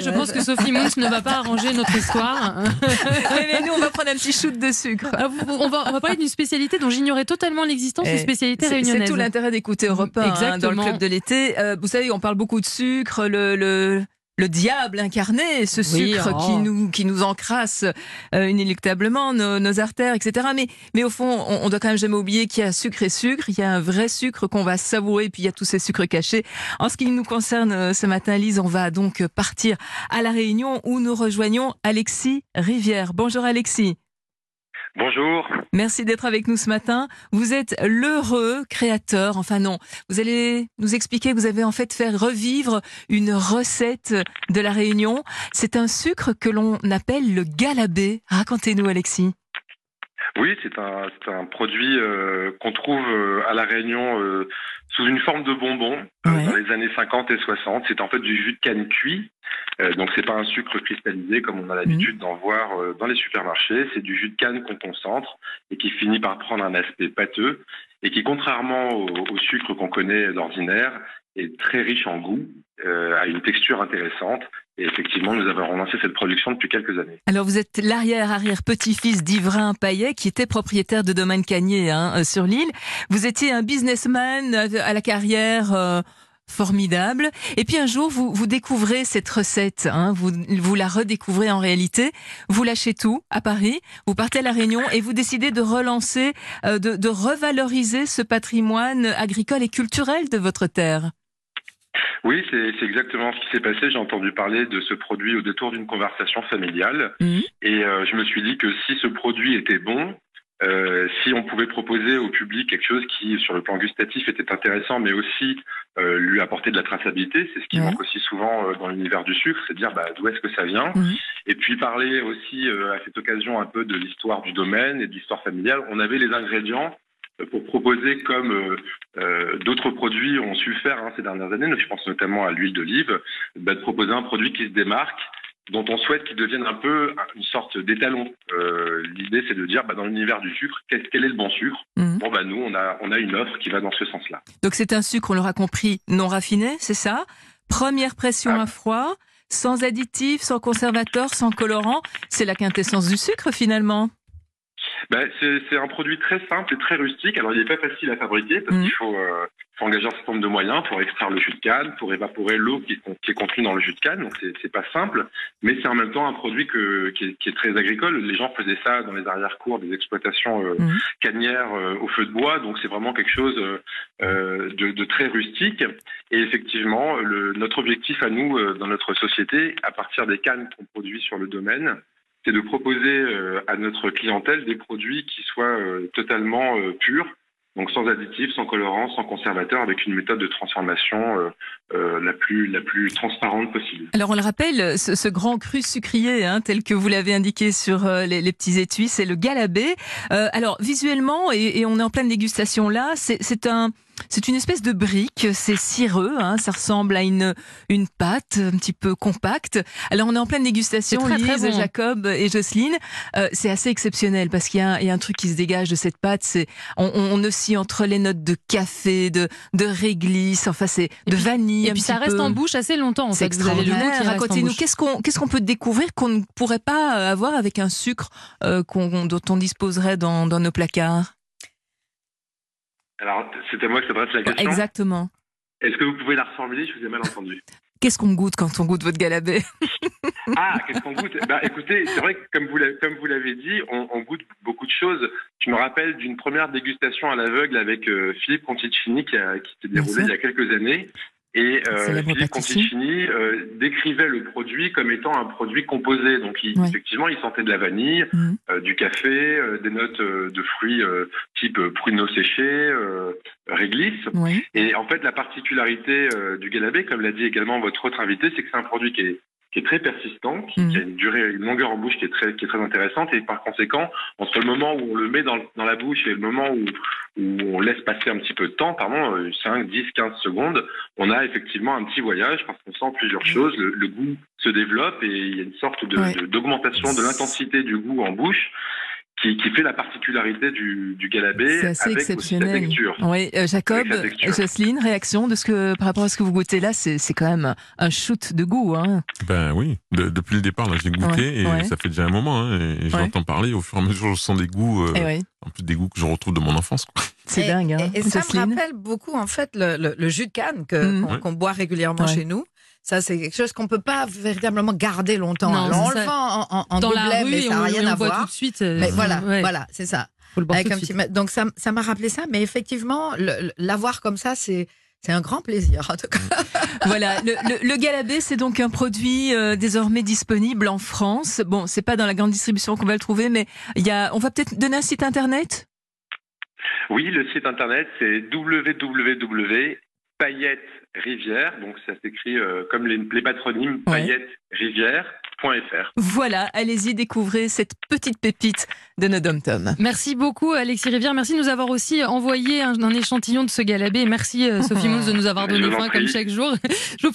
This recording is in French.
je pense que Sophie Mons ne va pas arranger notre histoire. Mais nous, on va prendre un petit shoot de sucre. On va parler d'une spécialité dont j'ignorais totalement l'existence, une spécialité réunionnaise. C'est tout l'intérêt d'écouter Europe 1 dans le club de l'été. Vous savez, on parle beaucoup de sucre, le diable incarné, ce sucre qui nous encrasse inéluctablement nos artères, etc. Mais au fond, on doit quand même jamais oublier qu'il y a sucre et sucre. Il y a un vrai sucre qu'on va savourer, puis il y a tous ces sucres cachés. En ce qui nous concerne ce matin, Lise, on va donc partir à La Réunion où nous rejoignons Alexis Rivière. Bonjour Alexis. Bonjour. Merci d'être avec nous ce matin. Vous êtes l'heureux créateur, enfin non, vous allez nous expliquer que vous avez en fait fait revivre une recette de La Réunion. C'est un sucre que l'on appelle le galabé. Racontez-nous Alexis. Oui, c'est un produit qu'on trouve à La Réunion sous une forme de bonbon dans les années 50 et 60. C'est en fait du jus de canne cuit. Donc c'est pas un sucre cristallisé comme on a l'habitude d'en voir dans les supermarchés. C'est du jus de canne qu'on concentre et qui finit par prendre un aspect pâteux et qui, contrairement au sucre qu'on connaît d'ordinaire, est très riche en goût, a une texture intéressante. Et effectivement, nous avons relancé cette production depuis quelques années. Alors, vous êtes l'arrière-petit-fils d'Yvrin Paillet, qui était propriétaire de Domaine Cagné sur l'île. Vous étiez un businessman à la carrière formidable. Et puis un jour, vous découvrez cette recette. Vous la redécouvrez en réalité. Vous lâchez tout à Paris. Vous partez à La Réunion et vous décidez de relancer, de revaloriser ce patrimoine agricole et culturel de votre terre. Oui, c'est exactement ce qui s'est passé. J'ai entendu parler de ce produit au détour d'une conversation familiale. Et je me suis dit que si ce produit était bon, si on pouvait proposer au public quelque chose qui, sur le plan gustatif, était intéressant, mais aussi lui apporter de la traçabilité, c'est ce qui manque aussi souvent dans l'univers du sucre, c'est de dire d'où est-ce que ça vient. Et puis parler aussi à cette occasion un peu de l'histoire du domaine et de l'histoire familiale. On avait les ingrédients pour proposer, comme d'autres produits ont su faire ces dernières années, je pense notamment à l'huile d'olive, de proposer un produit qui se démarque, dont on souhaite qu'il devienne un peu une sorte d'étalon. L'idée, c'est de dire, dans l'univers du sucre, quel est le bon sucre ? Nous, on a une offre qui va dans ce sens-là. Donc c'est un sucre, on l'aura compris, non raffiné, c'est ça ? Première pression à froid, sans additifs, sans conservateurs, sans colorant. C'est la quintessence du sucre, finalement. C'est un produit très simple et très rustique. Alors, il n'est pas facile à fabriquer parce qu'il faut engager un certain nombre de moyens pour extraire le jus de canne, pour évaporer l'eau qui est contenue dans le jus de canne. Donc, c'est pas simple, mais c'est en même temps un produit qui est très agricole. Les gens faisaient ça dans les arrière-cours des exploitations cannières au feu de bois. Donc, c'est vraiment quelque chose de très rustique. Et effectivement, notre objectif à nous, dans notre société, à partir des cannes qu'on produit sur le domaine, c'est de proposer à notre clientèle des produits qui soient totalement purs, donc sans additifs, sans colorants, sans conservateurs, avec une méthode de transformation la plus transparente possible. Alors on le rappelle, ce grand cru sucrier, tel que vous l'avez indiqué sur les petits étuis, c'est le galabé. Alors visuellement, et on est en pleine dégustation là, c'est une espèce de brique, c'est cireux, ça ressemble à une pâte un petit peu compacte. Alors on est en pleine dégustation, très, Lise, très bon. Jacob et Jocelyne. C'est assez exceptionnel parce qu'il y a un truc qui se dégage de cette pâte. On oscille entre les notes de café, de réglisse, de vanille. Et puis ça reste en bouche assez longtemps. En fait. Vous avez le goût qui reste en Racontez-nous, bouche. qu'est-ce qu'on peut découvrir qu'on ne pourrait pas avoir avec un sucre dont on disposerait dans nos placards? Alors, c'est à moi que s'adresse la question. Exactement. Est-ce que vous pouvez la reformuler ? Je vous ai mal entendu. Qu'est-ce qu'on goûte quand on goûte votre galabé? Qu'est-ce qu'on goûte ? Écoutez, c'est vrai que comme vous l'avez dit, on goûte beaucoup de choses. Je me rappelle d'une première dégustation à l'aveugle avec Philippe Conticini qui s'est déroulée il y a quelques années. Et Philippe Conticini décrivait le produit comme étant un produit composé. Donc, effectivement, il sentait de la vanille, du café, des notes de fruits type pruneaux séchés, réglisse. Et en fait, la particularité du galabé, comme l'a dit également votre autre invité, c'est que c'est un produit qui est très persistant, qui a une longueur en bouche qui est très intéressante, et par conséquent, entre le moment où on le met dans la bouche et le moment où on laisse passer un petit peu de temps, 5, 10, 15 secondes, on a effectivement un petit voyage parce qu'on sent plusieurs choses, le goût se développe et il y a une sorte d'augmentation de l'intensité du goût en bouche qui fait la particularité du Galabé. C'est assez avec exceptionnel. Aussi sa texture. Oui, Jacob, Jocelyne, réaction de par rapport à ce que vous goûtez là, c'est quand même un shoot de goût. Hein. Ben oui, depuis le départ, là, j'ai goûté et ça fait déjà un moment. Hein, et j'entends parler, au fur et à mesure, je sens des goûts, en plus des goûts que je retrouve de mon enfance. Quoi. C'est dingue. Hein, et ça me rappelle beaucoup, en fait, le jus de canne qu'on boit régulièrement chez nous. Ça, c'est quelque chose qu'on peut pas véritablement garder longtemps. Non, alors, on le vend en dans gobelet, la rue, mais ça n'a rien à voir. Tout de suite. Mais voilà, c'est ça. Faut le boire Avec tout de suite. donc ça m'a rappelé ça, mais effectivement, l'avoir comme ça, c'est un grand plaisir, en tout cas. Voilà, le Galabé, c'est donc un produit désormais disponible en France. Bon, c'est pas dans la grande distribution qu'on va le trouver, mais on va peut-être donner un site internet. Oui, le site internet, c'est www.paillettesrivière, donc ça s'écrit comme les patronymes, paillettesrivière.fr. Voilà, allez-y, découvrez cette petite pépite de nos dom-toms. Merci beaucoup Alexis Rivière, merci de nous avoir aussi envoyé un échantillon de ce Galabé. Merci Sophie Mousse de nous avoir donné faim comme chaque jour. Je vous